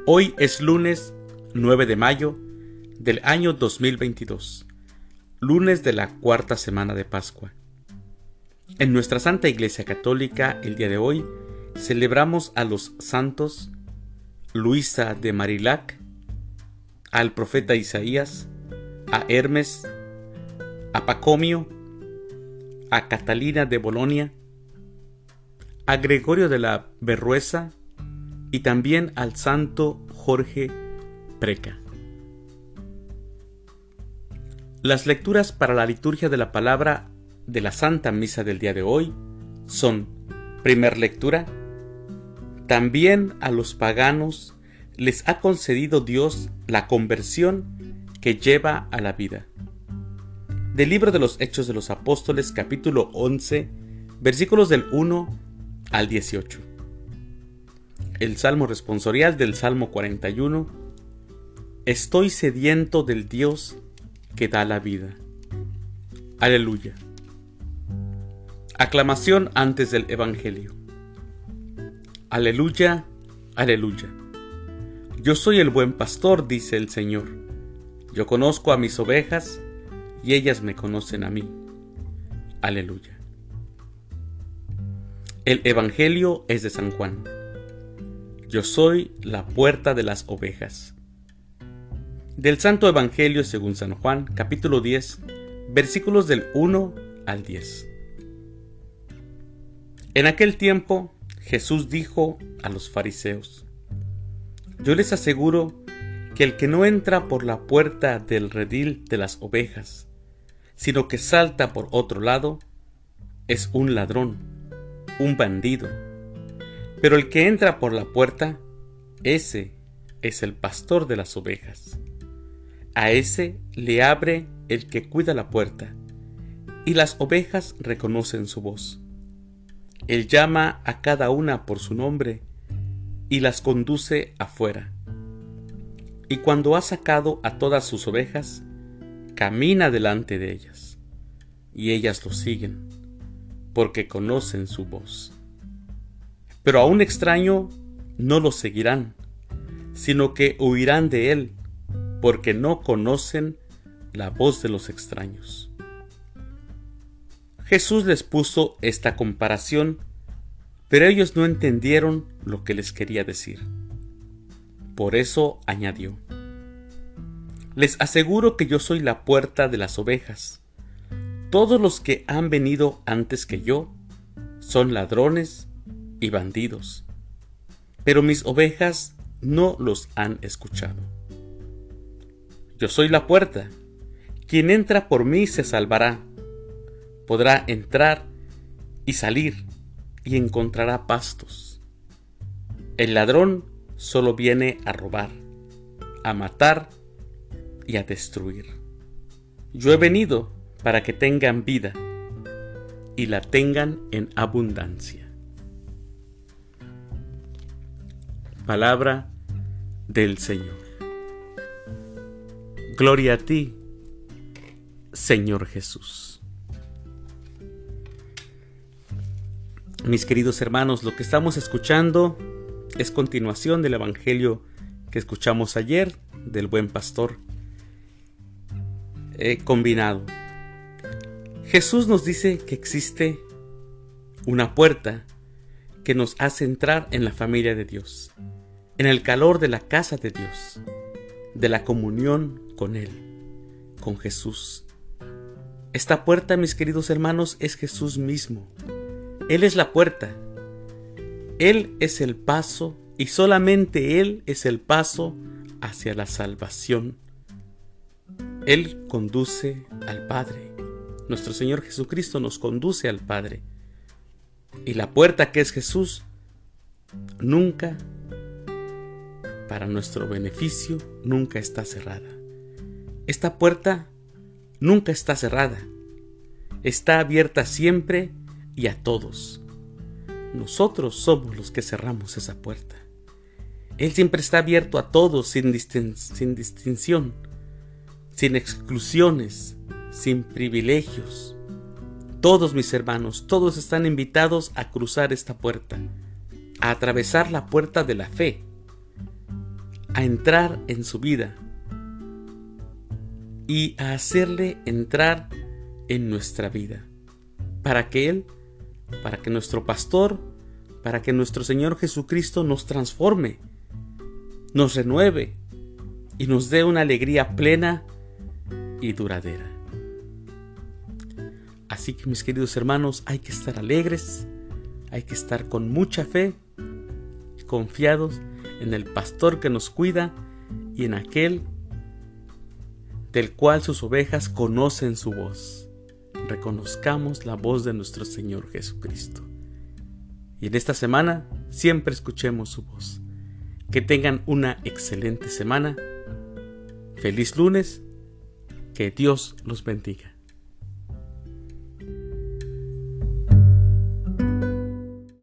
Hoy es lunes 9 de mayo del año 2022, lunes de la cuarta semana de Pascua. En nuestra Santa Iglesia Católica, el día de hoy, celebramos a los santos Luisa de Marillac, al profeta Isaías, a Hermes, a Pacomio, a Catalina de Bolonia, a Gregorio de la Berrueza y también al santo Jorge Preca. Las lecturas para la liturgia de la palabra de la Santa Misa del día de hoy son: primer lectura, también a los paganos les ha concedido Dios la conversión que lleva a la vida. Del libro de los Hechos de los Apóstoles, capítulo 11, versículos del 1 al 18. El Salmo responsorial del Salmo 41. Estoy sediento del Dios que da la vida. Aleluya. Aclamación antes del Evangelio. Aleluya, aleluya. Yo soy el buen pastor, dice el Señor. Yo conozco a mis ovejas y ellas me conocen a mí. Aleluya. El Evangelio es de San Juan. Yo soy la puerta de las ovejas. Del Santo Evangelio según San Juan, capítulo 10, versículos del 1 al 10. En aquel tiempo, Jesús dijo a los fariseos: Yo les aseguro que el que no entra por la puerta del redil de las ovejas, sino que salta por otro lado, es un ladrón, un bandido. Pero el que entra por la puerta, ese es el pastor de las ovejas. A ese le abre el que cuida la puerta, y las ovejas reconocen su voz. Él llama a cada una por su nombre y las conduce afuera. Y cuando ha sacado a todas sus ovejas, camina delante de ellas, y ellas lo siguen, porque conocen su voz. Pero a un extraño no lo seguirán, sino que huirán de él, porque no conocen la voz de los extraños. Jesús les puso esta comparación, pero ellos no entendieron lo que les quería decir. Por eso añadió: Les aseguro que yo soy la puerta de las ovejas. Todos los que han venido antes que yo son ladrones y bandidos, pero mis ovejas no los han escuchado. Yo soy la puerta. Quien entra por mí se salvará. Podrá entrar y salir y encontrará pastos. El ladrón solo viene a robar, a matar y a destruir. Yo he venido para que tengan vida y la tengan en abundancia. Palabra del Señor. Gloria a ti, Señor Jesús. Mis queridos hermanos, lo que estamos escuchando es continuación del Evangelio que escuchamos ayer del Buen Pastor combinado. Jesús nos dice que existe una puerta que nos hace entrar en la familia de Dios, en el calor de la casa de Dios, de la comunión con Él, con Jesús. Esta puerta, mis queridos hermanos, es Jesús mismo. Él es la puerta. Él es el paso, y solamente Él es el paso hacia la salvación. Él conduce al Padre. Nuestro Señor Jesucristo nos conduce al Padre. Y la puerta que es Jesús, nunca, para nuestro beneficio, nunca está cerrada. Esta puerta nunca está cerrada. Está abierta siempre y a todos. Nosotros somos los que cerramos esa puerta. Él siempre está abierto a todos, sin distinción, sin exclusiones, sin privilegios. Todos, mis hermanos, todos están invitados a cruzar esta puerta, a atravesar la puerta de la fe, a entrar en su vida y a hacerle entrar en nuestra vida, para que nuestro pastor, para que nuestro Señor Jesucristo nos transforme, nos renueve y nos dé una alegría plena y duradera. Así que, mis queridos hermanos, hay que estar alegres, hay que estar con mucha fe, confiados en el pastor que nos cuida y en aquel del cual sus ovejas conocen su voz. Reconozcamos la voz de nuestro Señor Jesucristo. Y en esta semana siempre escuchemos su voz. Que tengan una excelente semana. Feliz lunes. Que Dios los bendiga.